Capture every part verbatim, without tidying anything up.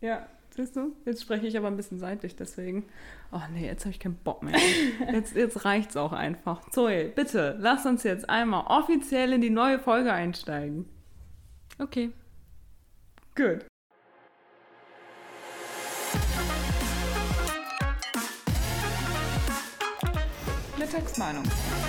Ja, siehst du? Jetzt spreche ich aber ein bisschen seitlich, deswegen. Oh nee, jetzt habe ich keinen Bock mehr. Jetzt, jetzt reicht's auch einfach. Zoe, bitte, lass uns jetzt einmal offiziell in die neue Folge einsteigen. Okay. Gut. Mittagsmeinung.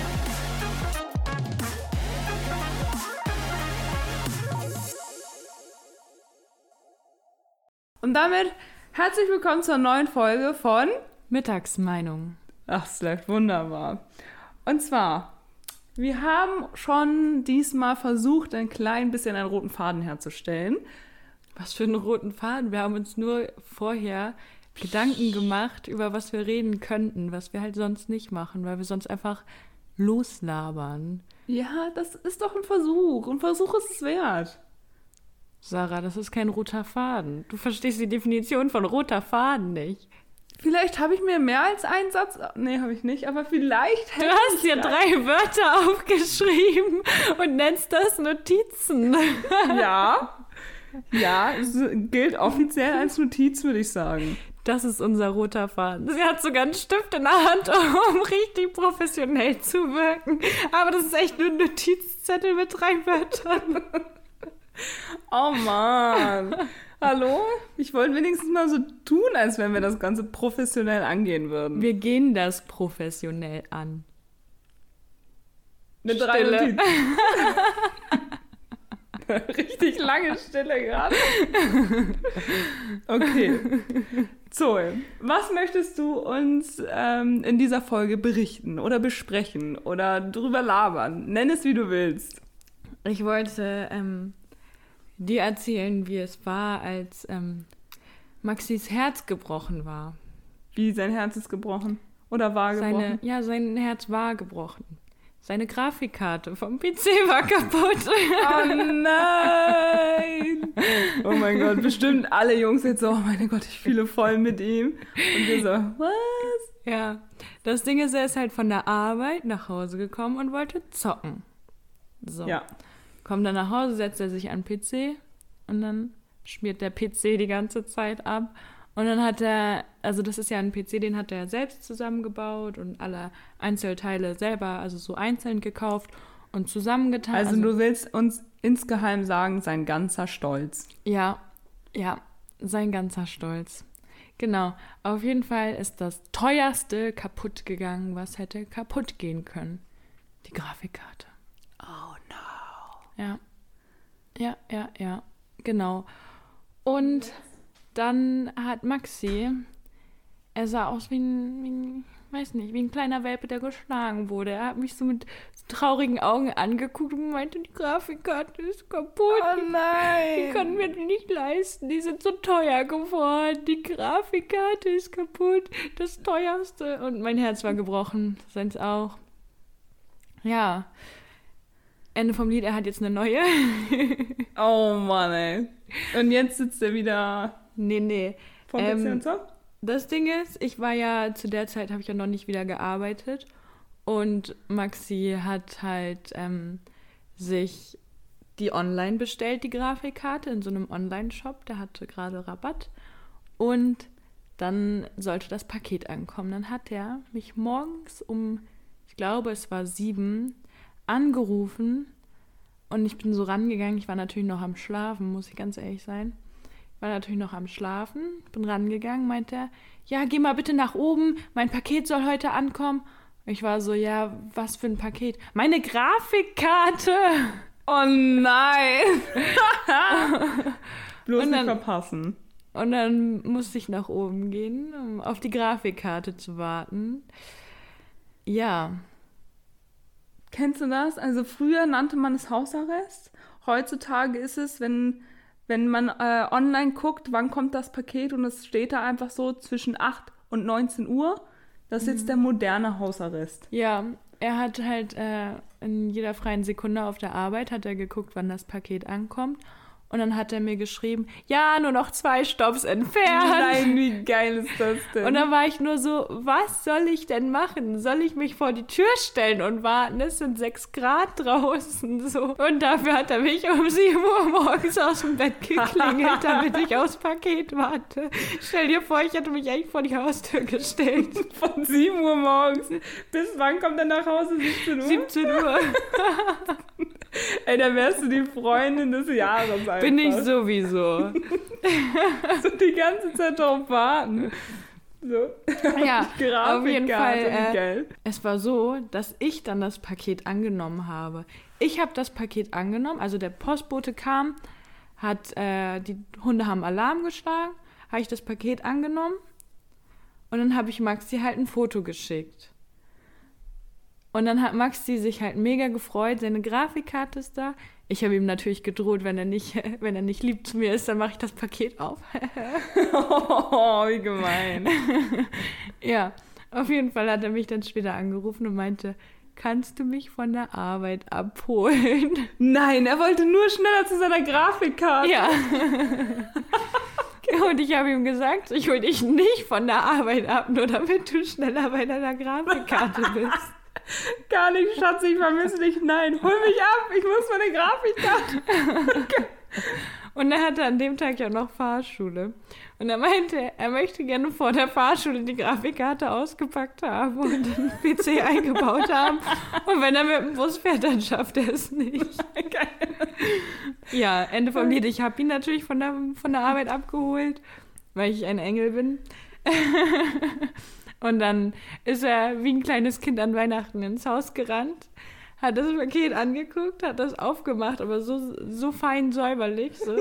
Und damit herzlich willkommen zur neuen Folge von Mittagsmeinung. Ach, es läuft wunderbar. Und zwar, wir haben schon diesmal versucht, ein klein bisschen einen roten Faden herzustellen. Was für einen roten Faden? Wir haben uns nur vorher Gedanken gemacht, über was wir reden könnten, was wir halt sonst nicht machen, weil wir sonst einfach loslabern. Ja, das ist doch ein Versuch. Ein Versuch ist es wert. Sarah, das ist kein roter Faden. Du verstehst die Definition von roter Faden nicht. Vielleicht habe ich mir mehr als einen Satz... Nee, habe ich nicht, aber vielleicht... Du hast dir drei Wörter aufgeschrieben und nennst das Notizen. Ja, ja, es gilt offiziell als Notiz, würde ich sagen. Das ist unser roter Faden. Sie hat sogar einen Stift in der Hand, um richtig professionell zu wirken. Aber das ist echt nur ein Notizzettel mit drei Wörtern. Oh Mann. Hallo? Ich wollte wenigstens mal so tun, als wenn wir das Ganze professionell angehen würden. Wir gehen das professionell an. Eine drei Notizen. Richtig lange Stille gerade. Okay. Zoe, was möchtest du uns ähm, in dieser Folge berichten oder besprechen oder drüber labern? Nenn es, wie du willst. Ich wollte ähm, dir erzählen, wie es war, als ähm, Maxis Herz gebrochen war. Wie, sein Herz ist gebrochen? Oder war gebrochen? Seine, ja, sein Herz war gebrochen. Seine Grafikkarte vom P C war kaputt. Oh nein! Oh mein Gott, bestimmt alle Jungs jetzt so, oh mein Gott, ich fühle voll mit ihm. Und wir so, was? Ja, das Ding ist, er ist halt von der Arbeit nach Hause gekommen und wollte zocken. So. Ja. Kommt dann nach Hause, setzt er sich an den P C und dann schmiert der P C die ganze Zeit ab. Und dann hat er, also das ist ja ein P C, den hat er selbst zusammengebaut und alle Einzelteile selber, also so einzeln gekauft und zusammengetan. Also, also du willst uns insgeheim sagen, sein ganzer Stolz. Ja, ja, sein ganzer Stolz. Genau, auf jeden Fall ist das teuerste kaputt gegangen, was hätte kaputt gehen können. Die Grafikkarte. Oh no. Ja, ja, ja, ja, genau. Und dann hat Maxi, er sah aus wie ein, wie ein, weiß nicht, wie ein kleiner Welpe, der geschlagen wurde. Er hat mich so mit so traurigen Augen angeguckt und meinte, die Grafikkarte ist kaputt. Oh nein! Die können wir nicht leisten, die sind so teuer geworden. Die Grafikkarte ist kaputt, das teuerste. Und mein Herz war gebrochen, seins auch. Ja, Ende vom Lied, er hat jetzt eine neue. Oh Mann, ey. Und jetzt sitzt er wieder... Nee, nee. Vom P C ähm, und so? Das Ding ist, ich war ja, zu der Zeit habe ich ja noch nicht wieder gearbeitet und Maxi hat halt ähm, sich die online bestellt, die Grafikkarte, in so einem Online-Shop, der hatte gerade Rabatt und dann sollte das Paket ankommen. Dann hat er mich morgens um, ich glaube es war sieben, angerufen und ich bin so rangegangen, ich war natürlich noch am Schlafen, muss ich ganz ehrlich sein. War natürlich noch am Schlafen, bin rangegangen, meinte er, ja, geh mal bitte nach oben, mein Paket soll heute ankommen. Ich war so, ja, was für ein Paket? Meine Grafikkarte! Oh nein! Bloß Und dann, nicht verpassen. Und dann musste ich nach oben gehen, um auf die Grafikkarte zu warten. Ja. Kennst du das? Also früher nannte man es Hausarrest. Heutzutage ist es, wenn... Wenn man äh, online guckt, wann kommt das Paket und es steht da einfach so zwischen acht und neunzehn Uhr, das ist jetzt mhm. der moderne Hausarrest. Ja, er hat halt äh, in jeder freien Sekunde auf der Arbeit hat er geguckt, wann das Paket ankommt Und dann hat er mir geschrieben, ja, nur noch zwei Stopps entfernt. Nein, wie geil ist das denn? Und dann war ich nur so, was soll ich denn machen? Soll ich mich vor die Tür stellen und warten? Es sind sechs Grad draußen. So. Und dafür hat er mich um sieben Uhr morgens aus dem Bett geklingelt, damit ich aufs Paket warte. Stell dir vor, ich hätte mich echt vor die Haustür gestellt. Von sieben Uhr morgens. Bis wann kommt er nach Hause? siebzehn Uhr? siebzehn Uhr. Ey, da wärst du die Freundin des Jahres einfach. Bin ich sowieso. So die ganze Zeit drauf warten. So. Ja, auf jeden Fall. Äh, geil. Es war so, dass ich dann das Paket angenommen habe. Ich habe das Paket angenommen, also der Postbote kam, hat, äh, die Hunde haben Alarm geschlagen, habe ich das Paket angenommen und dann habe ich Maxi halt ein Foto geschickt. Und dann hat Maxi sich halt mega gefreut, seine Grafikkarte ist da. Ich habe ihm natürlich gedroht, wenn er nicht, wenn er nicht lieb zu mir ist, dann mache ich das Paket auf. Oh, wie gemein. Ja, auf jeden Fall hat er mich dann später angerufen und meinte, kannst du mich von der Arbeit abholen? Nein, er wollte nur schneller zu seiner Grafikkarte. Ja. Und ich habe ihm gesagt, ich hole dich nicht von der Arbeit ab, nur damit du schneller bei deiner Grafikkarte bist. Gar nicht, Schatz, ich vermisse dich. Nein, hol mich ab, ich muss meine Grafikkarte. Und er hatte an dem Tag ja noch Fahrschule. Und er meinte, er möchte gerne vor der Fahrschule die Grafikkarte ausgepackt haben und den P C eingebaut haben. Und wenn er mit dem Bus fährt, dann schafft er es nicht. Ja, Ende vom Lied. Ich habe ihn natürlich von der, von der Arbeit abgeholt, weil ich ein Engel bin. Und dann ist er wie ein kleines Kind an Weihnachten ins Haus gerannt, hat das Paket angeguckt, hat das aufgemacht, aber so, so fein säuberlich. So.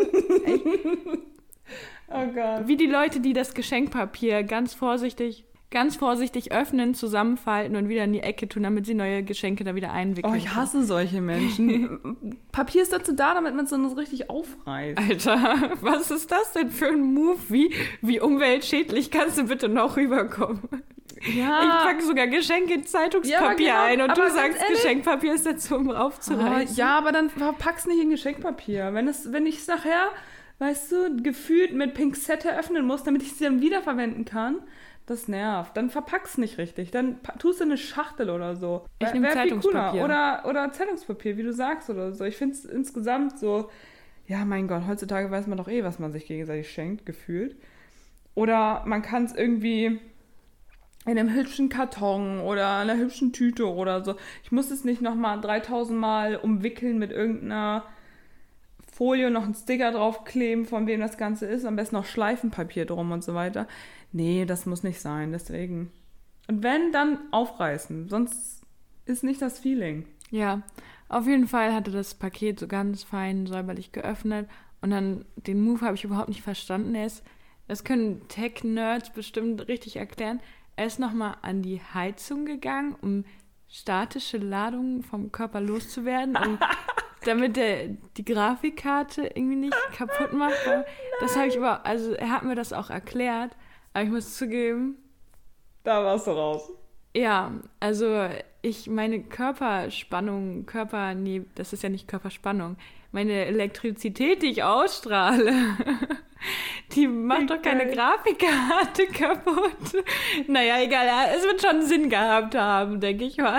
Oh Gott. Wie die Leute, die das Geschenkpapier ganz vorsichtig, ganz vorsichtig öffnen, zusammenfalten und wieder in die Ecke tun, damit sie neue Geschenke da wieder einwickeln. Oh, ich hasse solche Menschen. Papier ist dazu da, damit man es so richtig aufreißt. Alter, was ist das denn für ein Move? Wie, wie umweltschädlich kannst du bitte noch rüberkommen? Ja. Ich packe sogar Geschenke in Zeitungspapier ja, ein und aber du sagst, ehrlich, Geschenkpapier ist dazu, um aufzureißen. Oh, ja, aber dann verpack's nicht in Geschenkpapier. Wenn, es, wenn ich es nachher, weißt du, gefühlt mit Pinzette öffnen muss, damit ich sie dann wiederverwenden kann, das nervt. Dann verpack's nicht richtig. Dann tust du eine Schachtel oder so. Ich nehme Zeitungspapier. Oder, oder Zeitungspapier, wie du sagst oder so. Ich finde es insgesamt so, ja, mein Gott, heutzutage weiß man doch eh, was man sich gegenseitig schenkt, gefühlt. Oder man kann es irgendwie in einem hübschen Karton oder einer hübschen Tüte oder so. Ich muss es nicht nochmal dreitausend Mal umwickeln mit irgendeiner Folie und noch einen Sticker draufkleben, von wem das Ganze ist. Am besten noch Schleifenpapier drum und so weiter. Nee, das muss nicht sein, deswegen. Und wenn, dann aufreißen, sonst ist nicht das Feeling. Ja, auf jeden Fall hatte das Paket so ganz fein, säuberlich geöffnet und dann den Move habe ich überhaupt nicht verstanden. Er ist, das können Tech-Nerds bestimmt richtig erklären. Er ist nochmal an die Heizung gegangen, um statische Ladungen vom Körper loszuwerden, um, damit er die Grafikkarte irgendwie nicht kaputt macht. Das habe ich aber, also er hat mir das auch erklärt, aber ich muss zugeben, da warst du raus. Ja, also ich, meine Körperspannung, Körper, nee, das ist ja nicht Körperspannung, meine Elektrizität, die ich ausstrahle, die macht doch keine Grafikkarte kaputt. Naja, egal, es wird schon Sinn gehabt haben, denke ich mal.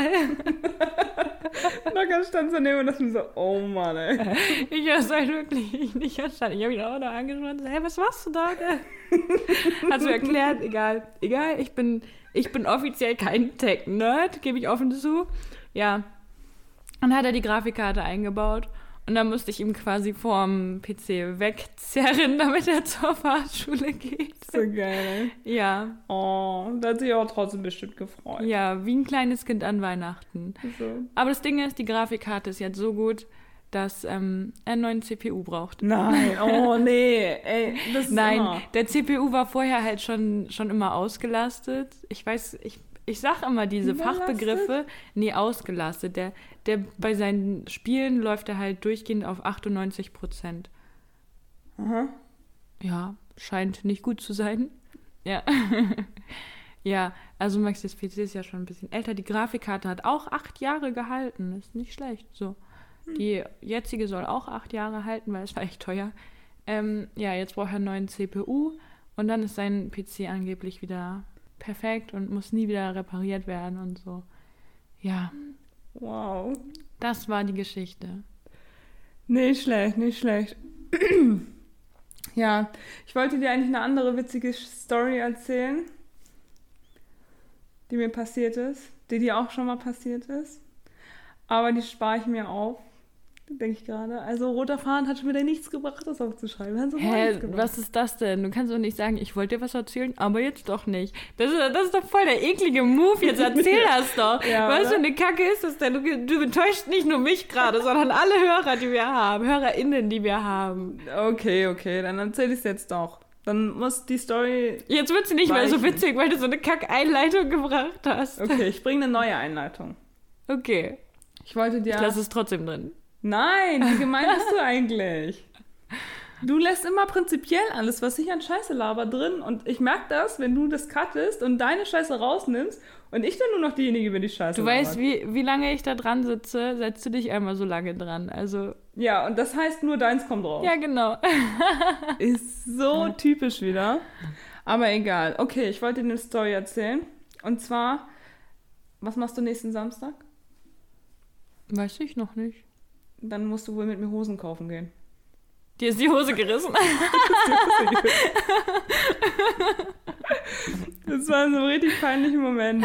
Da ganz stand so neben und dachte mir so, oh Mann, ey. Ich habe es halt wirklich nicht verstanden. Ich habe ihn auch noch angeschaut und so, hey, was machst du da? Hast du erklärt, egal, egal, ich bin, ich bin offiziell kein Tech-Nerd, gebe ich offen zu. Ja, dann hat er die Grafikkarte eingebaut. Und dann musste ich ihm quasi vorm P C wegzerren, damit er zur Fahrschule geht. So geil, ey. Ja. Oh, da hat sich auch trotzdem bestimmt gefreut. Ja, wie ein kleines Kind an Weihnachten. So. Aber das Ding ist, die Grafikkarte ist jetzt so gut, dass ähm, er einen neuen C P U braucht. Nein, oh nee, ey, das ist Nein, immer. Der C P U war vorher halt schon, schon immer ausgelastet. Ich weiß, ich Ich sag immer diese Überlastet? Fachbegriffe, nee, ausgelastet. Der, der bei seinen Spielen läuft er halt durchgehend auf achtundneunzig Prozent. Aha. Ja, scheint nicht gut zu sein. Ja. Ja, also Maxis P C ist ja schon ein bisschen älter. Die Grafikkarte hat auch acht Jahre gehalten. Ist nicht schlecht. So. Die jetzige soll auch acht Jahre halten, weil es war echt teuer. Ähm, ja, jetzt braucht er einen neuen C P U und dann ist sein P C angeblich wieder perfekt und muss nie wieder repariert werden und so. Ja. Wow. Das war die Geschichte. Nicht schlecht, nicht schlecht. Ja, ich wollte dir eigentlich eine andere witzige Story erzählen, die mir passiert ist, die dir auch schon mal passiert ist. Aber die spare ich mir auf, denke ich gerade. Also roter Faden hat schon wieder nichts gebracht, das aufzuschreiben. Hat so Hä, was ist das denn? Du kannst doch nicht sagen, ich wollte dir was erzählen, aber jetzt doch nicht. Das ist, das ist doch voll der eklige Move. Jetzt erzähl das doch. Ja, was oder? für eine Kacke ist das denn? Du, du enttäuscht nicht nur mich gerade, sondern alle Hörer, die wir haben. HörerInnen, die wir haben. Okay, okay, dann erzähl ich es jetzt doch. Dann muss die Story... Jetzt wird sie nicht mehr so weichen. witzig, weil du so eine Kack-Einleitung gebracht hast. Okay, ich bringe eine neue Einleitung. Okay. Ich wollte dir... Ich lasse es trotzdem drin. Nein, wie gemein bist du eigentlich? Du lässt immer prinzipiell alles, was ich an Scheiße laber, drin. Und ich merke das, wenn du das cuttest und deine Scheiße rausnimmst und ich dann nur noch diejenige bin, die Scheiße Du labert. weißt, wie, wie lange ich da dran sitze, setzt du dich einmal so lange dran. Also, Ja, und das heißt, nur deins kommt raus. ja, genau. Ist so typisch wieder. Aber egal. Okay, ich wollte dir eine Story erzählen. Und zwar, was machst du nächsten Samstag? Weiß ich noch nicht. Dann musst du wohl mit mir Hosen kaufen gehen. Dir ist die Hose gerissen. Das war so ein richtig peinlicher Moment.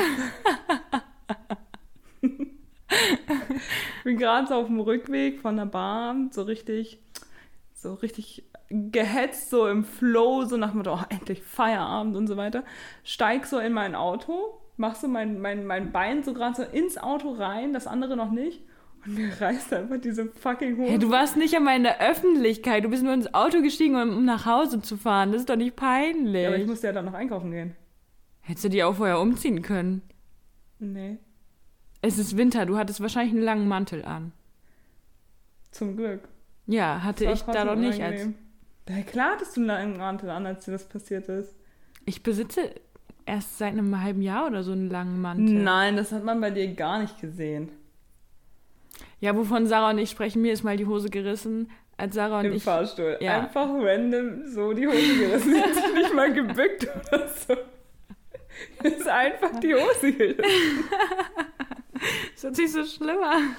Ich bin gerade so auf dem Rückweg von der Bahn, so richtig, so richtig gehetzt, so im Flow, so nach dem Motto, oh, endlich Feierabend und so weiter. Steig so in mein Auto, mach so mein, mein, mein Bein so gerade so ins Auto rein, das andere noch nicht. Und mir reißt einfach diese fucking Hose. Hey, du warst nicht einmal in der Öffentlichkeit. Du bist nur ins Auto gestiegen, um nach Hause zu fahren. Das ist doch nicht peinlich. Ja, aber ich musste ja dann noch einkaufen gehen. Hättest du die auch vorher umziehen können. Nee, Es ist Winter. Du hattest wahrscheinlich einen langen Mantel an. zum Glück. Ja, hatte Das ich war da doch trotzdem nicht. Als unangenehm. Ja, klar hattest du einen langen Mantel an, als dir das passiert ist. Ich besitze erst seit einem halben Jahr oder so einen langen Mantel. Nein, das hat man bei dir gar nicht gesehen. Ja, wovon Sarah und ich sprechen, mir ist mal die Hose gerissen, als Sarah und Im ich... Fahrstuhl. Ja. Einfach random so die Hose gerissen. Hat sich nicht mal gebückt oder so. Ist einfach die Hose gerissen. Das hört sich so schlimm an.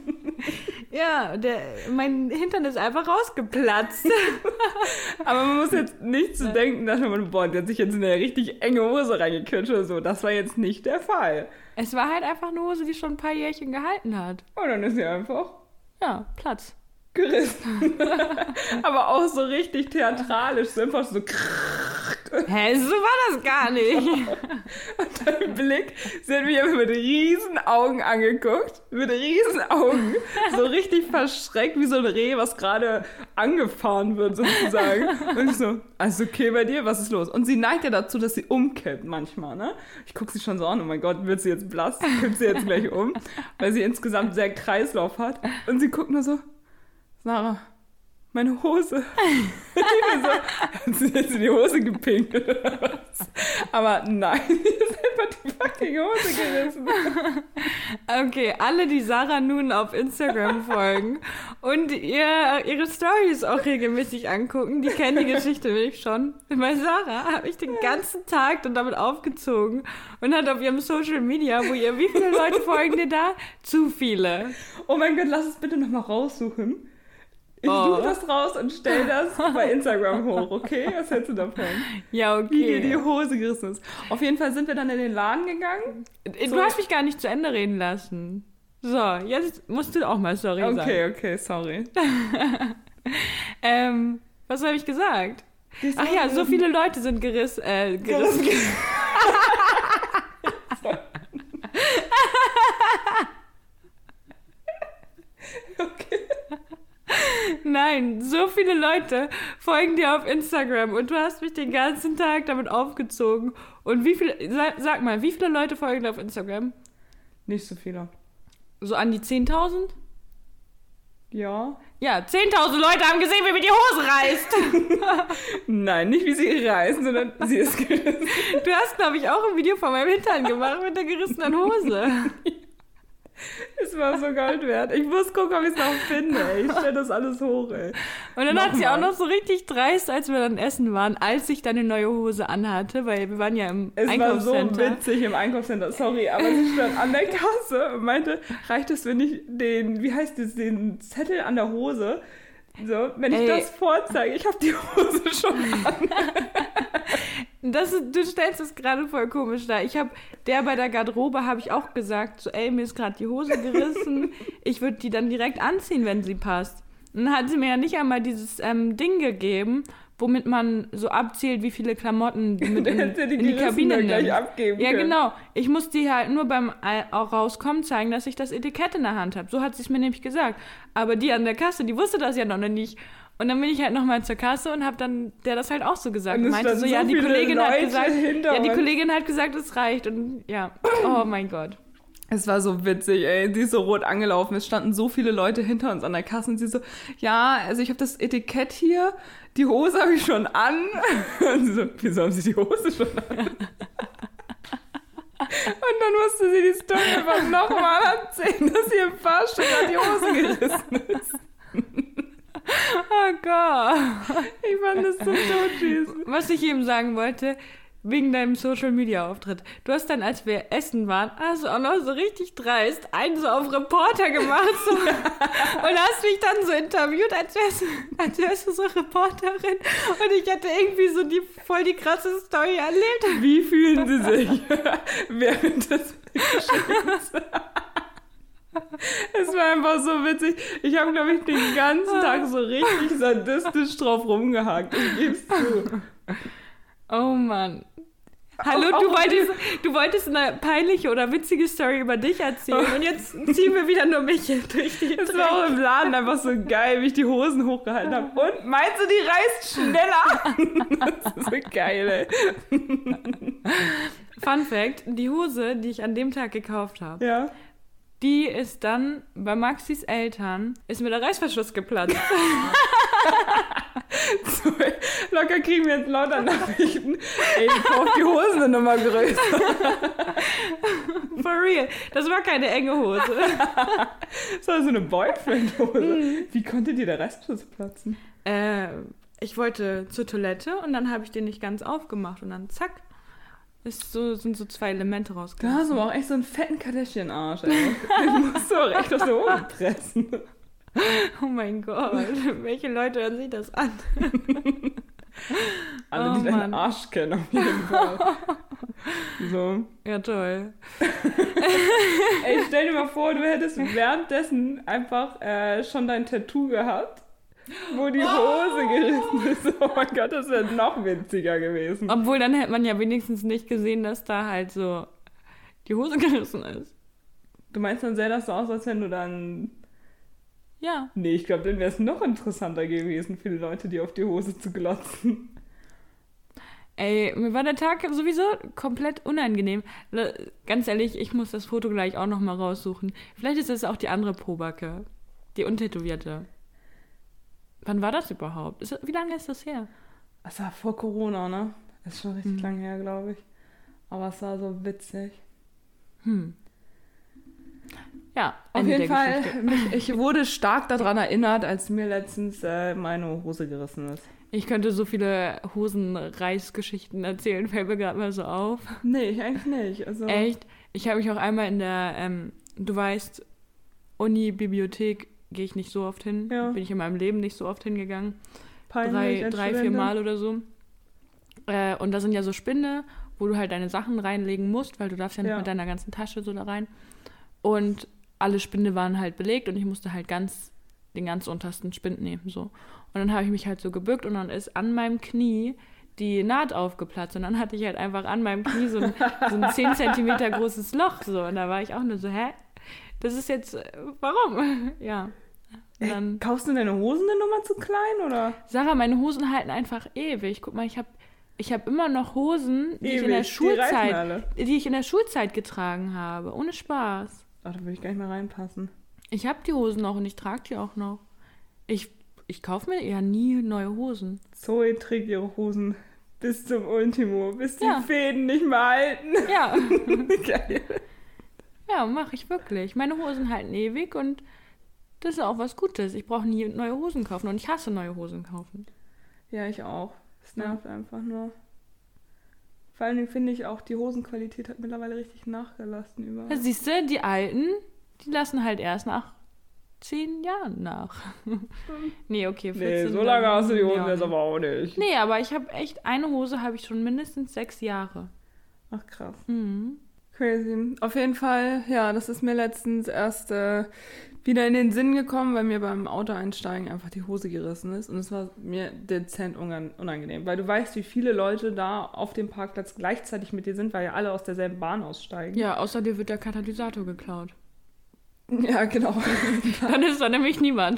Ja, der, mein Hintern ist einfach rausgeplatzt. Aber man muss jetzt nicht so denken, dass man, boah, der hat sich jetzt in eine richtig enge Hose reingequetscht oder so. Das war jetzt nicht der Fall. Es war halt einfach eine Hose, die schon ein paar Jährchen gehalten hat. Und dann ist sie einfach Ja, Platz. gerissen. Aber auch so richtig theatralisch. So einfach so. Hä, so war das gar nicht. Und dein Blick, sie hat mich einfach mit riesen Augen angeguckt. Mit riesen Augen. So richtig verschreckt, wie so ein Reh, was gerade angefahren wird, sozusagen. Und ich so, alles okay bei dir? Was ist los? Und sie neigt ja dazu, dass sie umkippt manchmal, ne? Ich gucke sie schon so an, oh mein Gott, wird sie jetzt blass? Kippt sie jetzt gleich um? Weil sie insgesamt sehr Kreislauf hat. Und sie guckt nur so, Sarah, meine Hose. So, hat sie jetzt in die Hose gepinkt oder was? Aber nein, sie ist einfach die fucking Hose gerissen. Okay, alle, die Sarah nun auf Instagram folgen und ihr, ihre Stories auch regelmäßig angucken, die kennen die Geschichte nämlich schon. Bei Sarah habe ich den ganzen Tag dann damit aufgezogen und hat auf ihrem Social Media, wo ihr, wie viele Leute folgen dir da? Zu viele. Oh mein Gott, lass es bitte nochmal raussuchen. Ich Oh. suche das raus und stell das bei Instagram hoch, okay? Was hältst du davon? Ja, Wie dir die okay. Hose gerissen ist. Auf jeden Fall sind wir dann in den Laden gegangen. Du So. hast mich gar nicht zu Ende reden lassen. So, jetzt musst du auch mal sorry sagen. Okay, okay, sorry. Ähm, was habe ich gesagt? Die ist Ach ja, so gerissen. viele Leute sind gerissen. Äh, gerissen. Gerissen. Okay. Nein, so viele Leute folgen dir auf Instagram und du hast mich den ganzen Tag damit aufgezogen. Und wie viele, sag, sag mal, wie viele Leute folgen dir auf Instagram? Nicht so viele. So an die zehntausend? Ja. Ja, zehntausend Leute haben gesehen, wie mir die Hose reißt. Nein, nicht wie sie reißen, sondern sie ist gerissen. Du hast, glaube ich, auch ein Video von meinem Hintern gemacht mit der gerissenen Hose. Es Es war so Gold wert. Ich muss gucken, ob ich es noch finde, ey. Ich stelle das alles hoch, ey. Und dann Noch hat sie mal. auch noch so richtig dreist, als wir dann essen waren, als ich dann eine neue Hose anhatte, weil wir waren ja im Es war so Einkaufscenter. witzig im Einkaufscenter, sorry, aber sie stand an der Kasse und meinte, reicht es, wenn ich den, wie heißt das, den Zettel an der Hose, so, wenn ich Ey. das vorzeige, ich habe die Hose schon an. Das ist, du stellst es gerade voll komisch dar. Ich habe, der bei der Garderobe habe ich auch gesagt, so, ey, mir ist gerade die Hose gerissen, ich würde die dann direkt anziehen, wenn sie passt. Und dann hat sie mir ja nicht einmal dieses ähm, Ding gegeben, womit man so abzählt, wie viele Klamotten du mit in, Hätte die in die Gerissen Kabine dann gleich nimmst. abgeben Ja, können. genau. Ich muss die halt nur beim äh, auch rauskommen zeigen, dass ich das Etikett in der Hand habe. So hat sie es mir nämlich gesagt. Aber die an der Kasse, die wusste das ja noch nicht. Und dann bin ich halt nochmal zur Kasse und habe dann der das halt auch so gesagt. Und Und es meinte so, standen ja, so die viele Kollegin hat Leute gesagt, hinter ja, die uns. Kollegin hat gesagt, es reicht. Und ja, oh mein Gott. Es war so witzig, ey, die ist so rot angelaufen. Es standen so viele Leute hinter uns an der Kasse und sie so, ja, also ich habe das Etikett hier, die Hose habe ich schon an. Und sie so, wieso haben Sie die Hose schon an? Und dann musste sie die Story einfach nochmal erzählen, dass sie im Fahrstuhl gerade die Hose gerissen ist. Oh Gott. Ich fand das so totschieß. Was ich eben sagen wollte, wegen deinem Social-Media-Auftritt. Du hast dann, als wir essen waren, also auch noch so richtig dreist, einen so auf Reporter gemacht so, und hast mich dann so interviewt, als wärst, du- als wärst du so Reporterin und ich hätte irgendwie so die voll die krasse Story erlebt. Wie fühlen Sie sich während des Geschehens? Es war einfach so witzig. Ich habe, glaube ich, den ganzen Tag so richtig sadistisch drauf rumgehakt. Ich geb's zu. Oh Mann. Hallo, Auch- du auch- wolltest, du wolltest eine peinliche oder witzige Story über dich erzählen und jetzt ziehen wir wieder nur mich durch die Es war auch im Laden einfach so geil, wie ich die Hosen hochgehalten habe. Und meinst du, die reißt schneller? Das ist so geil, ey. Fun Fact, die Hose, die ich an dem Tag gekauft habe, Ja. die ist dann bei Maxis Eltern, ist mir der Reißverschluss geplatzt. So, locker kriegen wir jetzt lauter Nachrichten. Ey, ich kauf die Hosen eine Nummer größer. For real. Das war keine enge Hose. Das war so eine Boyfriend-Hose. Wie konnte dir der Reißverschluss platzen? Äh, ich wollte zur Toilette und dann habe ich den nicht ganz aufgemacht und dann zack, ist so, sind so zwei Elemente Du rausgekommen. hast aber auch echt so einen fetten Kardashian-Arsch, ey. Den musst du auch echt aus der Hose pressen. Oh mein Gott, welche Leute hören sich das an? Alle, Oh die deinen Mann. Arsch kennen, auf jeden Fall. So. Ja, toll. Ey, stell dir mal vor, du hättest währenddessen einfach äh, schon dein Tattoo gehabt, wo die Hose gerissen ist. Oh mein Gott, das wäre noch witziger gewesen. Obwohl, dann hätte man ja wenigstens nicht gesehen, dass da halt so die Hose gerissen ist. Du meinst, dann sähe das so aus, als wenn du dann... Ja. Nee, ich glaube, dann wäre es noch interessanter gewesen für die Leute, die auf die Hose zu glotzen. Ey, mir war der Tag sowieso komplett unangenehm. Le- Ganz ehrlich, ich muss das Foto gleich auch nochmal raussuchen. Vielleicht ist es auch die andere Probacke. Die untätowierte. Wann war das überhaupt? Ist, wie lange ist das her? Das war vor Corona, ne? Das ist schon richtig Hm. lang her, glaube ich. Aber es war so witzig. Hm. Ja, Auf Ende jeden der Fall, Geschichte. mich, ich wurde stark daran erinnert, als mir letztens äh, meine Hose gerissen ist. Ich könnte so viele Hosenreißgeschichten erzählen, fällt mir gerade mal so auf. Nee, ich eigentlich nicht. Also, Echt? Ich habe mich auch einmal in der, ähm, du weißt, Uni-Bibliothek gehe ich nicht so oft hin. Ja. Bin ich in meinem Leben nicht so oft hingegangen. peinlich drei, als drei vier Studentin. Mal oder so. Äh, und da sind ja so Spinde, wo du halt deine Sachen reinlegen musst, weil du darfst ja nicht Ja. mit deiner ganzen Tasche so da rein. Und alle Spinde waren halt belegt und ich musste halt ganz den ganz untersten Spind nehmen. So. Und dann habe ich mich halt so gebückt und dann ist an meinem Knie die Naht aufgeplatzt. Und dann hatte ich halt einfach an meinem Knie so ein, so ein zehn Zentimeter großes Loch. So. Und da war ich auch nur so, hä? Das ist jetzt, äh, warum? Ja. Und dann, Äh, kaufst du deine Hosen eine Nummer zu klein, oder? Sarah, meine Hosen halten einfach ewig. Guck mal, ich habe ich hab immer noch Hosen, die ich in der Ewig, die reißen Schulzeit, alle. die ich in der Schulzeit getragen habe. Ohne Spaß. Ach, da würde ich gar nicht mehr reinpassen. Ich habe die Hosen noch und ich trage die auch noch. Ich, ich kaufe mir ja nie neue Hosen. Zoe trägt ihre Hosen bis zum Ultimo, bis die Ja. Fäden nicht mehr halten. Ja. Geil. Ja, mache ich wirklich. Meine Hosen halten ewig und das ist auch was Gutes. Ich brauche nie neue Hosen kaufen und ich hasse neue Hosen kaufen. Ja, ich auch. Es nervt ja. einfach nur. Vor allem finde ich auch, die Hosenqualität hat mittlerweile richtig nachgelassen überall. Ja, siehst du, die alten, die lassen halt erst nach zehn Jahren nach. nee, okay, vierzehn. Nee, so lange hast du die Hosen jetzt aber auch nicht. Nee, aber ich habe echt, eine Hose habe ich schon mindestens sechs Jahre. Ach, krass. Mhm. Crazy. Auf jeden Fall, ja, das ist mir letztens erst äh, wieder in den Sinn gekommen, weil mir beim Auto-Einsteigen einfach die Hose gerissen ist. Und es war mir dezent unangenehm, weil du weißt, wie viele Leute da auf dem Parkplatz gleichzeitig mit dir sind, weil ja alle aus derselben Bahn aussteigen. Ja, außer dir wird der Katalysator geklaut. Ja, genau. Dann ist da nämlich niemand.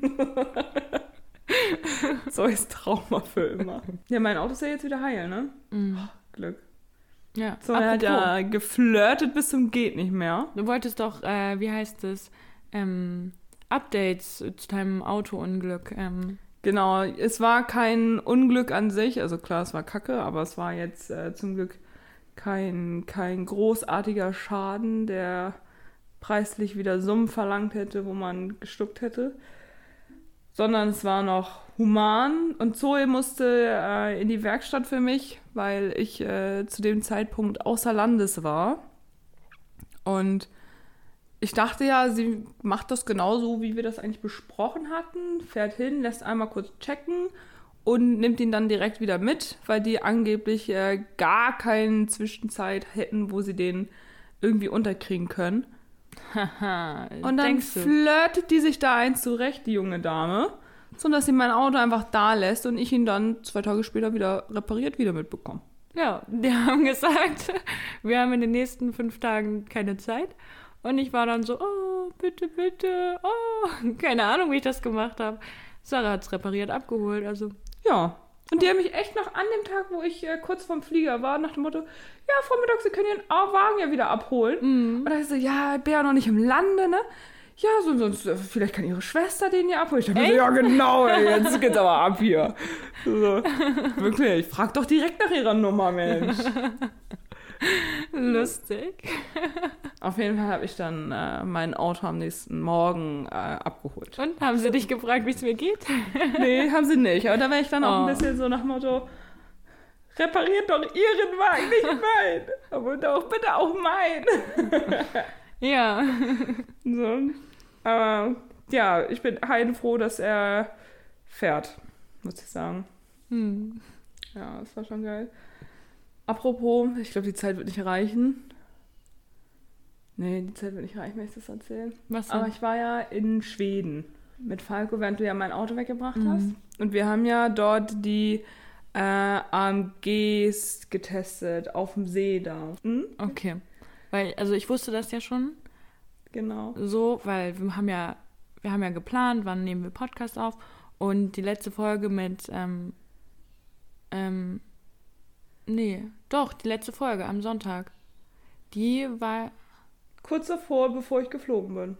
So ist Trauma für immer. Ja, mein Auto ist ja jetzt wieder heil, ne? Mhm. Oh, Glück. Ja, so, er hat ja geflirtet bis zum geht nicht mehr. Du wolltest doch, äh, wie heißt es, ähm, Updates zu deinem Autounglück. Ähm. Genau, es war kein Unglück an sich, also klar, es war Kacke, aber es war jetzt äh, zum Glück kein, kein großartiger Schaden, der preislich wieder Summen verlangt hätte, wo man gestuckt hätte. Sondern es war noch human und Zoe musste äh, in die Werkstatt für mich, weil ich äh, zu dem Zeitpunkt außer Landes war. Und ich dachte ja, sie macht das genauso, wie wir das eigentlich besprochen hatten, fährt hin, lässt einmal kurz checken und nimmt ihn dann direkt wieder mit, weil die angeblich äh, gar keine Zwischenzeit hätten, wo sie den irgendwie unterkriegen können. Haha, und dann flirtet die sich da ein zurecht, die junge Dame, so dass sie mein Auto einfach da lässt und ich ihn dann zwei Tage später wieder repariert wieder mitbekomme. Ja, die haben gesagt, wir haben in den nächsten fünf Tagen keine Zeit. Und ich war dann so, oh, bitte, bitte, oh. Keine Ahnung, wie ich das gemacht habe. Sarah hat es repariert, abgeholt, also. Ja, und die haben mich echt noch an dem Tag, wo ich äh, kurz vorm Flieger war, nach dem Motto, ja, Frau Mittag, Sie können Ihren Wagen ja wieder abholen. Mhm. Und da ich so, ja, ich bin ja noch nicht im Lande, ne? Ja, so, sonst, äh, vielleicht kann Ihre Schwester den ja abholen. Ich dachte mir so, ja, genau, ey, jetzt geht's aber ab hier. So, wirklich, frag doch direkt nach Ihrer Nummer, Mensch. Lustig. Auf jeden Fall habe ich dann äh, mein Auto am nächsten Morgen äh, abgeholt. Und haben sie dich gefragt, wie es mir geht? Nee, haben sie nicht. Aber da war ich dann auch Oh. ein bisschen so nach dem Motto, repariert doch Ihren Wagen, nicht meinen. Aber doch bitte auch meinen. Ja. So. Aber ja, ich bin heilfroh, dass er fährt, muss ich sagen. Hm. Ja, das war schon geil. Apropos, ich glaube, die Zeit wird nicht reichen. Nee, die Zeit wird nicht reichen, wenn ich das erzähle. Was denn? Aber ich war ja in Schweden mit Falco, während du ja mein Auto weggebracht Mhm. hast. Und wir haben ja dort die äh, A M Gs getestet auf dem See da. Hm? Okay. Weil, also ich wusste das ja schon Genau. so, weil wir haben ja, wir haben ja geplant, wann nehmen wir Podcast auf. Und die letzte Folge mit, ähm, ähm, nee, doch, die letzte Folge am Sonntag. Die war, Kurz davor, bevor ich geflogen bin.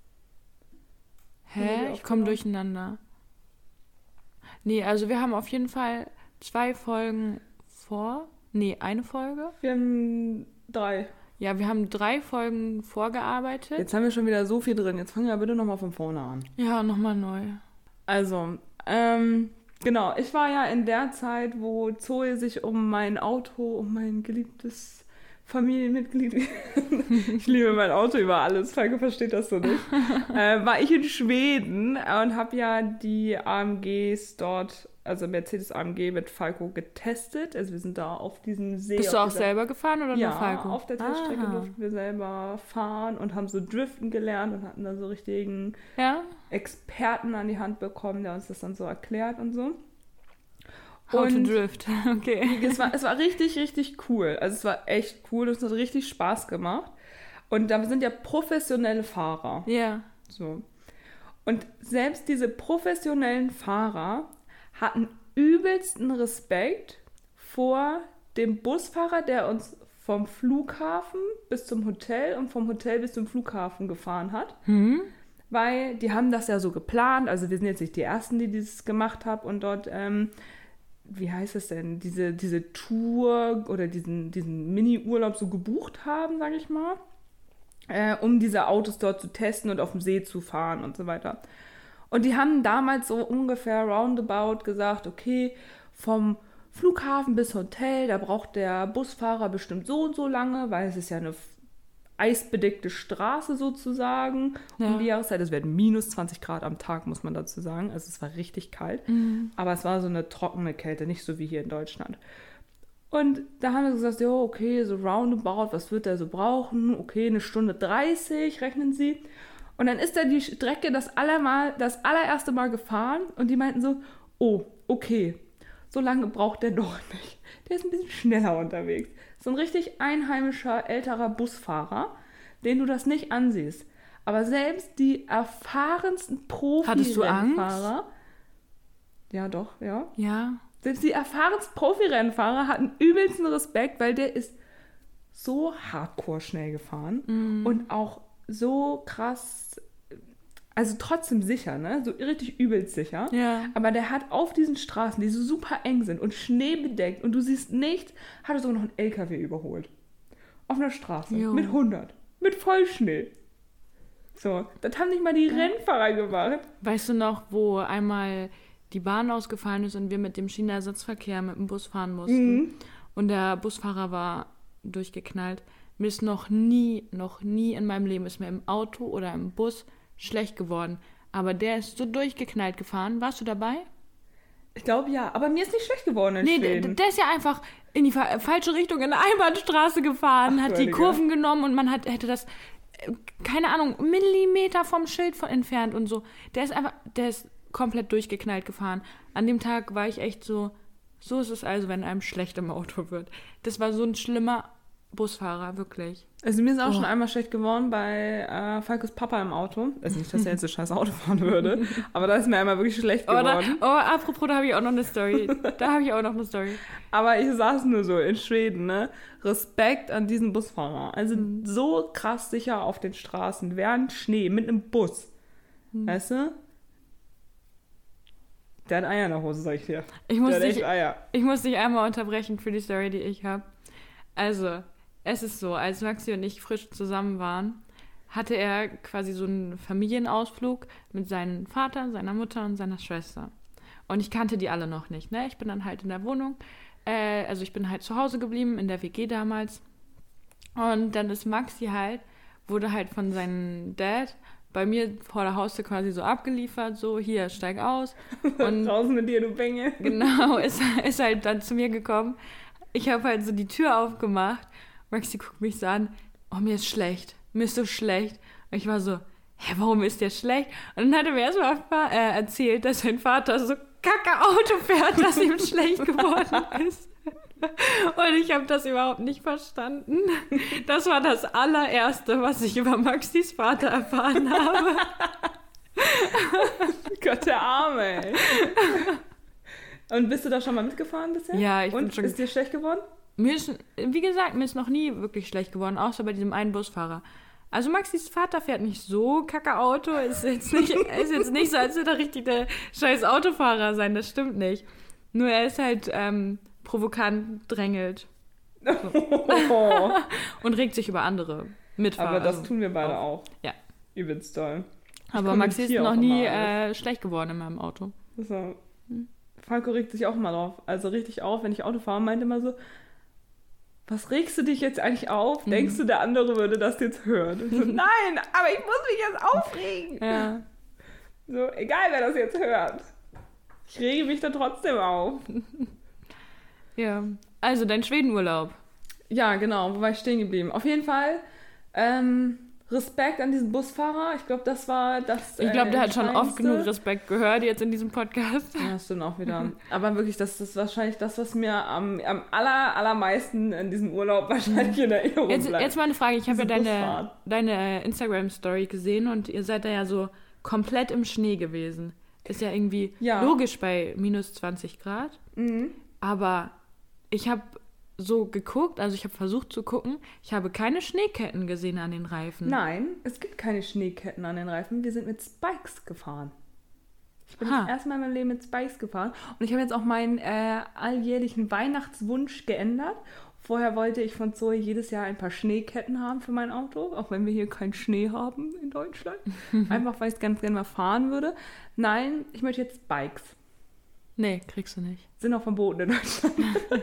hä? Ich komme durcheinander. Nee, also wir haben auf jeden Fall zwei Folgen vor. Nee, eine Folge. Wir haben drei. Ja, wir haben drei Folgen vorgearbeitet. Jetzt haben wir schon wieder so viel drin. Jetzt fangen wir bitte nochmal von vorne an. Ja, nochmal neu. Also, ähm, genau. Ich war ja in der Zeit, wo Zoe sich um mein Auto, um mein geliebtes Familienmitglied, ich liebe mein Auto über alles, Falco versteht das so nicht, äh, war ich in Schweden und habe ja die A M Gs dort, also Mercedes A M G mit Falco getestet. Also wir sind da auf diesem See. Bist du auch dieser, selber gefahren oder ja, nur Falco? auf der Teststrecke Aha. durften wir selber fahren und haben so driften gelernt und hatten da so richtigen Ja? Experten an die Hand bekommen, der uns das dann so erklärt und so. How Und to drift. Okay. es war, es war richtig, richtig cool. Also es war echt cool. Es hat richtig Spaß gemacht. Und da sind ja professionelle Fahrer. Ja. So. Und selbst diese professionellen Fahrer hatten übelsten Respekt vor dem Busfahrer, der uns vom Flughafen bis zum Hotel und vom Hotel bis zum Flughafen gefahren hat. Hm? Weil die haben das ja so geplant. Also wir sind jetzt nicht die Ersten, die dieses gemacht haben und dort... Ähm, wie heißt es denn, diese, diese Tour oder diesen, diesen Mini-Urlaub so gebucht haben, sage ich mal. äh, um diese Autos dort zu testen und auf dem See zu fahren und so weiter. Und die haben damals so ungefähr roundabout gesagt, okay, vom Flughafen bis Hotel, da braucht der Busfahrer bestimmt so und so lange, weil es ist ja eine eisbedeckte Straße sozusagen Ja. um die Jahreszeit. Es werden minus zwanzig Grad am Tag, muss man dazu sagen. Also es war richtig kalt. Mhm. Aber es war so eine trockene Kälte, nicht so wie hier in Deutschland. Und da haben wir gesagt, ja, okay, so roundabout, was wird er so brauchen? Okay, eine Stunde dreißig, rechnen Sie. Und dann ist er die Strecke das, allermal, das allererste Mal gefahren und die meinten so, oh, okay, so lange braucht der doch nicht. Der ist ein bisschen schneller unterwegs. So ein richtig einheimischer, älterer Busfahrer, den du das nicht ansiehst. Aber selbst die erfahrensten Hattest du Angst? Profi-Rennfahrer, ja doch, ja, Ja. selbst die erfahrensten Profi-Rennfahrer hatten übelsten Respekt, weil der ist so hardcore schnell gefahren Mhm. und auch so krass, also trotzdem sicher, ne? So richtig übelst sicher. Ja. Aber der hat auf diesen Straßen, die so super eng sind und schneebedeckt und du siehst nichts, hat er sogar noch einen L K W überholt. Auf einer Straße. Jo. Mit hundert. Mit Vollschnee. So, das haben nicht mal die Rennfahrer gemacht. Weißt du noch, wo einmal die Bahn ausgefallen ist und wir mit dem Schienenersatzverkehr mit dem Bus fahren mussten? Mhm. Und der Busfahrer war durchgeknallt. Mir ist noch nie, noch nie in meinem Leben ist mir im Auto oder im Bus schlecht geworden. Aber der ist so durchgeknallt gefahren. Warst du dabei? Ich glaube ja, aber mir ist nicht schlecht geworden in Nee, der, Schweden. der ist ja einfach in die fa- falsche Richtung, in eine Einbahnstraße gefahren, Ach, hat die Heiliger. Kurven genommen und man hat, hätte das, äh, keine Ahnung, Millimeter vom Schild von entfernt und so. Der ist einfach, der ist komplett durchgeknallt gefahren. An dem Tag war ich echt so, so ist es also, wenn einem schlecht im Auto wird. Das war so ein schlimmer Busfahrer, wirklich. Also mir ist auch Oh. schon einmal schlecht geworden bei äh, Falkos Papa im Auto. Also nicht, dass er jetzt ein scheiß Auto fahren würde, aber da ist mir einmal wirklich schlecht Oh, da, geworden. oh apropos, da habe ich auch noch eine Story. Da habe ich auch noch eine Story. Aber ich saß nur so in Schweden, ne? Respekt an diesen Busfahrer. Also Mhm. so krass sicher auf den Straßen, während Schnee, mit einem Bus. Mhm. Weißt du? Der hat Eier in der Hose, sag ich dir. Ich muss Der hat echt dich, Eier. Ich muss dich einmal unterbrechen für die Story, die ich habe. Also, es ist so, als Maxi und ich frisch zusammen waren, hatte er quasi so einen Familienausflug mit seinem Vater, seiner Mutter und seiner Schwester. Und ich kannte die alle noch nicht, ne? Ich bin dann halt in der Wohnung, äh, also ich bin halt zu Hause geblieben, in der W G damals. Und dann ist Maxi halt, wurde halt von seinem Dad bei mir vor der Haustür quasi so abgeliefert, so, hier, steig aus. Und Draußen mit dir, du Bengel. genau, ist, ist halt dann zu mir gekommen. Ich habe halt so die Tür aufgemacht. Maxi guckt mich so an. Oh, mir ist schlecht. Mir ist so schlecht. Und ich war so, hä, warum ist dir schlecht? Und dann hat er mir erstmal äh, erzählt, dass sein Vater so kacke Auto fährt, dass ihm schlecht geworden ist. Und ich habe das überhaupt nicht verstanden. Das war das allererste, was ich über Maxis Vater erfahren habe. Gott, der Arme, ey. Und bist du da schon mal mitgefahren bisher? Ja, ich Und bin schon. ist dir schlecht geworden? Mir ist, wie gesagt, mir ist noch nie wirklich schlecht geworden, außer bei diesem einen Busfahrer. Also Maxis Vater fährt nicht so kacke Auto, ist jetzt nicht, ist jetzt nicht so, als würde er richtig der scheiß Autofahrer sein, das stimmt nicht. Nur er ist halt ähm, provokant, drängelt Oh. und regt sich über andere Mitfahrer. Aber das also tun wir beide auf. auch. Ja. Übelst doll. Aber Maxi ist kommentiere noch auch nie immer alles. äh, schlecht geworden in meinem Auto. So. Falco regt sich auch mal drauf. Also richtig auf, wenn ich Auto fahre, meint immer so, was regst du dich jetzt eigentlich auf? Mhm. Denkst du, der andere würde das jetzt hören? Und ich so, nein, aber ich muss mich jetzt aufregen. Ja. So, egal, wer das jetzt hört. Ich rege mich da trotzdem auf. Ja. Also dein Schwedenurlaub. Ja, genau, wo war ich stehen geblieben? Auf jeden Fall, ähm, Respekt an diesen Busfahrer. Ich glaube, das war das Ich glaube, äh, der hat schon oft Entscheidendste. genug Respekt gehört jetzt in diesem Podcast. Ja, stimmt auch wieder. Aber wirklich, das ist wahrscheinlich das, was mir am, am aller, allermeisten in diesem Urlaub wahrscheinlich in Erinnerung Jetzt, bleibt. jetzt mal eine Frage. Ich habe ja Diese deine, Busfahrt. deine Instagram-Story gesehen und ihr seid da ja so komplett im Schnee gewesen. Ist ja irgendwie Ja. logisch bei minus zwanzig Grad. Mhm. Aber ich habe so geguckt, also ich habe versucht zu gucken, ich habe keine Schneeketten gesehen an den Reifen. Nein, es gibt keine Schneeketten an den Reifen. Wir sind mit Spikes gefahren. Ich bin Ha. das erste Mal in meinem Leben mit Spikes gefahren. Und ich habe jetzt auch meinen äh, alljährlichen Weihnachtswunsch geändert. Vorher wollte ich von Zoe jedes Jahr ein paar Schneeketten haben für mein Auto, auch wenn wir hier keinen Schnee haben in Deutschland. Einfach, weil ich es ganz gerne mal fahren würde. Nein, ich möchte jetzt Bikes. Nee, kriegst du nicht. Sind auch verboten in Deutschland.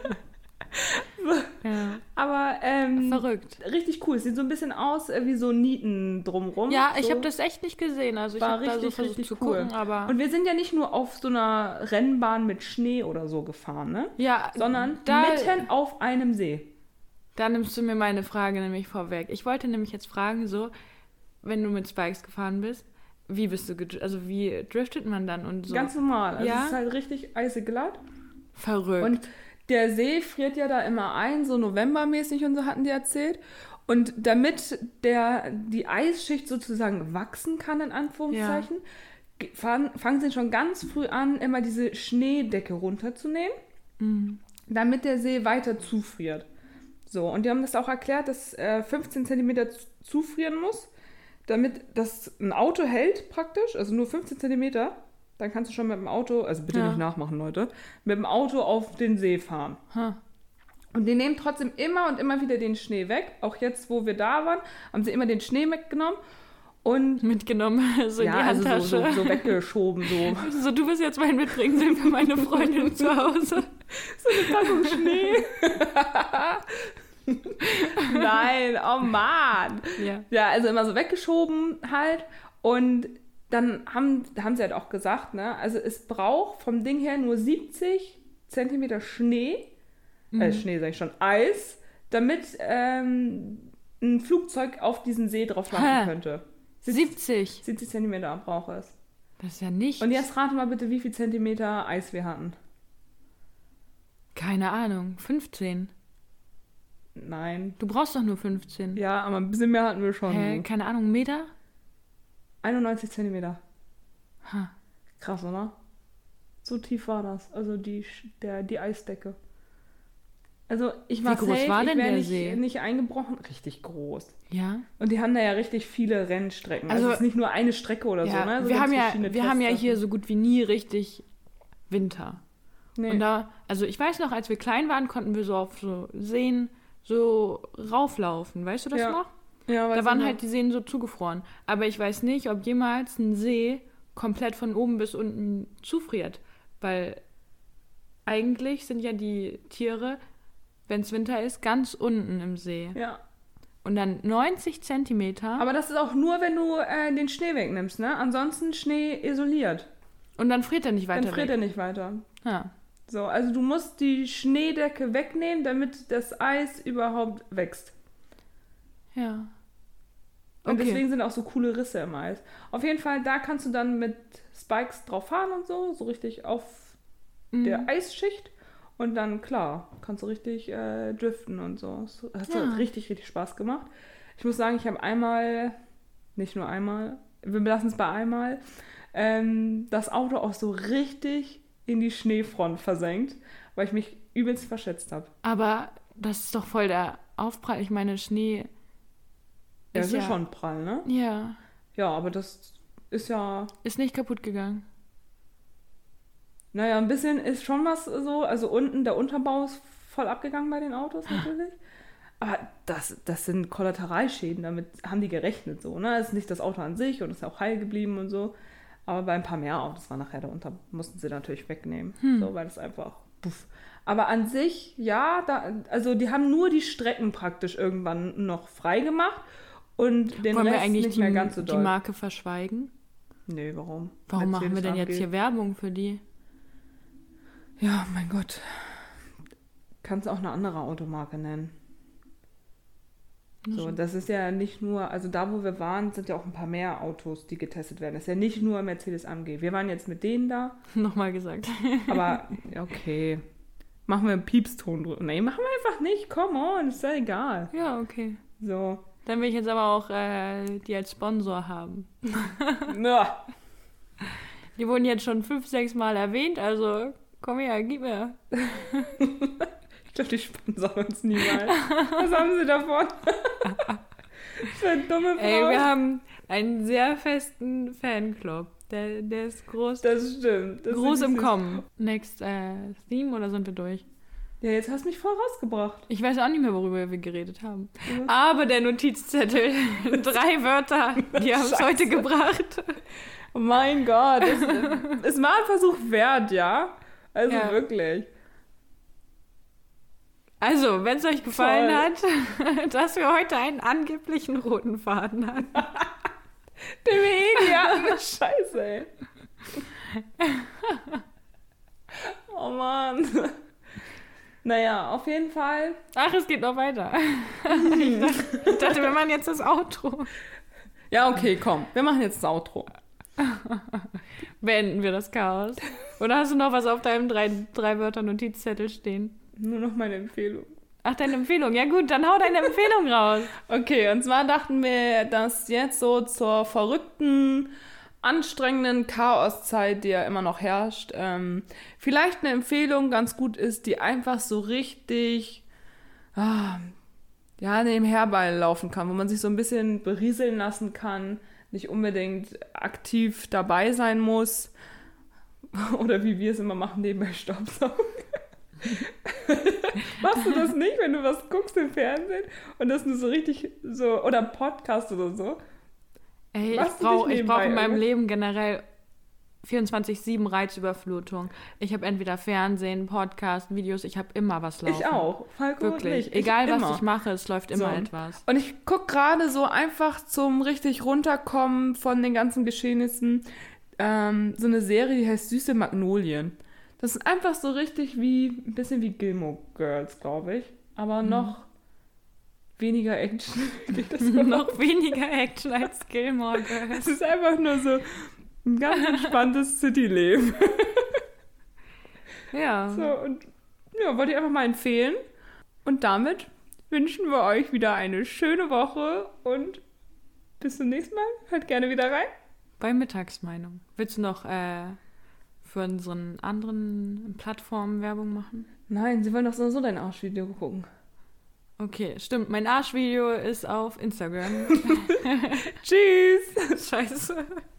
Ja. Aber ähm, Verrückt. richtig cool. Es sieht so ein bisschen aus äh, wie so Nieten drumrum. Ja, ich so. habe das echt nicht gesehen. Also ich War habe da so richtig, versucht richtig zu cool. gucken, aber... Und wir sind ja nicht nur auf so einer Rennbahn mit Schnee oder so gefahren, ne? Ja, Sondern da, mitten auf einem See. da nimmst du mir meine Frage nämlich vorweg. Ich wollte nämlich jetzt fragen, so, wenn du mit Spikes gefahren bist, wie bist du, gedr- also wie driftet man dann und so? Ganz normal. Also Ja? es ist halt richtig eiseglatt. Verrückt. Und der See friert ja da immer ein, so novembermäßig und so hatten die erzählt. Und damit der, die Eisschicht sozusagen wachsen kann, in Anführungszeichen, ge- fahren, fangen sie schon ganz früh an, immer diese Schneedecke runterzunehmen, Mhm. damit der See weiter zufriert. So, und die haben das auch erklärt, dass äh, fünfzehn Zentimeter zu- zufrieren muss, damit das ein Auto hält praktisch, also nur fünfzehn Zentimeter. Dann kannst du schon mit dem Auto, also bitte Ja. nicht nachmachen, Leute, mit dem Auto auf den See fahren. Ha. Und die nehmen trotzdem immer und immer wieder den Schnee weg. Auch jetzt, wo wir da waren, haben sie immer den Schnee weggenommen. Und Mitgenommen, so ja, in die also Handtasche. so, so, so weggeschoben, so. So, du bist jetzt mein Mitbringsel für meine Freundin zu Hause. So eine Packung Schnee. Nein, oh Mann. Ja. Ja, also immer so weggeschoben halt. Und dann haben, haben sie halt auch gesagt, ne, also es braucht vom Ding her nur siebzig Zentimeter Schnee, Mhm. äh, Schnee sag ich schon, Eis, damit ähm, ein Flugzeug auf diesen See drauf landen Hä? könnte. siebzig. siebzig Zentimeter braucht es. Das ist ja nichts. Und jetzt rate mal bitte, wie viel Zentimeter Eis wir hatten. Keine Ahnung. fünfzehn. Nein. Du brauchst doch nur fünfzehn. Ja, aber ein bisschen mehr hatten wir schon. Hä? Keine Ahnung, Meter? einundneunzig Zentimeter. Ha. Krass, oder? So tief war das. Also die, Sch- der, die Eisdecke. Also ich war Wie groß safe, war ich denn wär der nicht, See? nicht eingebrochen. Richtig groß. Ja. Und die haben da ja richtig viele Rennstrecken. Also, Also- es ist nicht nur eine Strecke oder ja. so, ne? So wir ganz haben ja, verschiedene wir haben ja Testsachen. hier so gut wie nie richtig Winter. Nee. Und da, also ich weiß noch, als wir klein waren, konnten wir so auf so Seen so rauflaufen. Weißt du das Ja. noch? ja, weiß Da ich waren noch. halt die Seen so zugefroren. Aber ich weiß nicht, ob jemals ein See komplett von oben bis unten zufriert. Weil eigentlich sind ja die Tiere, wenn es Winter ist, ganz unten im See. Ja. Und dann neunzig Zentimeter. Aber das ist auch nur, wenn du äh, den Schnee wegnimmst, ne? Ansonsten Schnee isoliert. und dann friert er nicht weiter Dann friert weg. er nicht weiter. Ja. So, also du musst die Schneedecke wegnehmen, damit das Eis überhaupt wächst. Ja. Und Okay. deswegen sind auch so coole Risse im Eis. Auf jeden Fall, da kannst du dann mit Spikes drauf fahren und so, so richtig auf Mhm. der Eisschicht. Und dann, klar, kannst du richtig äh, driften und so. Das hat Ja. richtig, richtig Spaß gemacht. Ich muss sagen, ich habe einmal, nicht nur einmal, wir belassen es bei einmal, ähm, das Auto auch so richtig in die Schneefront versenkt, weil ich mich übelst verschätzt habe. Aber das ist doch voll der Aufprall. Ich meine, Schnee Ja, das ist ist ja, schon prall, ne? Ja, Ja, aber das ist ja, ist nicht kaputt gegangen. naja, ein bisschen ist schon was so. Also unten, der Unterbau ist voll abgegangen bei den Autos natürlich. Aber das, das sind Kollateralschäden, damit haben die gerechnet so, ne? Es ist nicht das Auto an sich und ist auch heil geblieben und so. Aber bei ein paar mehr Autos war nachher der Unter, mussten sie natürlich wegnehmen. Hm. So, weil das einfach, puff. Aber an sich, ja, da, also die haben nur die Strecken praktisch irgendwann noch frei gemacht und den Wollen Rest wir eigentlich nicht die, mehr ganz so die doll. Marke verschweigen? Nee, warum? Warum machen wir denn jetzt Mercedes-A M G. hier Werbung für die? Ja, mein Gott. Kannst auch eine andere Automarke nennen. So, das ist ja nicht nur, also da, wo wir waren, sind ja auch ein paar mehr Autos, die getestet werden. Das ist ja nicht nur Mercedes-A M G. Wir waren jetzt mit denen da, Nochmal gesagt. aber ja, okay. Machen wir einen Piepston drüber. Nee, machen wir einfach nicht. Come on, ist ja egal. Ja, okay. So. Dann will ich jetzt aber auch äh, die als Sponsor haben. Na. Die wurden jetzt schon fünf, sechs Mal erwähnt, also komm her, gib mir. Ich glaube, die sponsern uns niemals. Was haben sie davon? Für eine dumme Frau. Ey, wir haben einen sehr festen Fanclub. Der, der ist groß. Das stimmt. Das groß im süß. Kommen. Next äh, Theme oder sind wir durch? Ja, jetzt hast du mich voll rausgebracht. Ich weiß auch nicht mehr, worüber wir geredet haben. Mhm. Aber der Notizzettel, drei Wörter, die haben es heute gebracht. Oh mein Gott, es, es war ein Versuch wert, ja? Also ja. Wirklich. Also, wenn es euch gefallen Voll. hat, dass wir heute einen angeblichen roten Faden hatten. Den wir eh nie hatten. Scheiße, ey. Oh Mann. Naja, auf jeden Fall. Ach, es geht noch weiter. Ich dachte, ich dachte, wir machen jetzt das Outro. Ja, okay, komm. Wir machen jetzt das Outro. Beenden wir das Chaos. Oder hast du noch was auf deinem drei, drei Wörter Notizzettel stehen? Nur noch meine Empfehlung. Ach, deine Empfehlung. Ja gut, dann hau deine Empfehlung raus. Okay, und zwar dachten wir, dass jetzt so zur verrückten, anstrengenden Chaoszeit, die ja immer noch herrscht, ähm, vielleicht eine Empfehlung ganz gut ist, die einfach so richtig ah, ja, nebenher laufen kann, wo man sich so ein bisschen berieseln lassen kann, nicht unbedingt aktiv dabei sein muss oder wie wir es immer machen, nebenbei Staubsaugen. Machst du das nicht, wenn du was guckst im Fernsehen und das nur so richtig so, oder Podcast oder so? Ey, ich brauche ich brauch in meinem Leben generell vierundzwanzig sieben Reizüberflutung. Ich habe entweder Fernsehen, Podcast, Videos, ich habe immer was laufen. Ich auch. Falco Wirklich. Nicht. Egal, ich was immer. ich mache, es läuft immer so. etwas. Und ich gucke gerade so einfach zum richtig runterkommen von den ganzen Geschehnissen ähm, so eine Serie, die heißt Süße Magnolien. Das ist einfach so richtig wie, ein bisschen wie Gilmore Girls, glaube ich. Aber mhm. noch weniger Action. Geht das noch weniger Action als Gilmore Girls. Es ist einfach nur so ein ganz entspanntes City-Leben. Ja. So, und ja, wollte ich einfach mal empfehlen. Und damit wünschen wir euch wieder eine schöne Woche und bis zum nächsten Mal. Hört gerne wieder rein. Bei Mittagsmeinung. Willst du noch äh, für unseren anderen Plattformen Werbung machen? Nein, sie wollen doch so dein Arschvideo gucken. Okay, stimmt. Mein Arschvideo ist auf Instagram. Tschüss. Scheiße.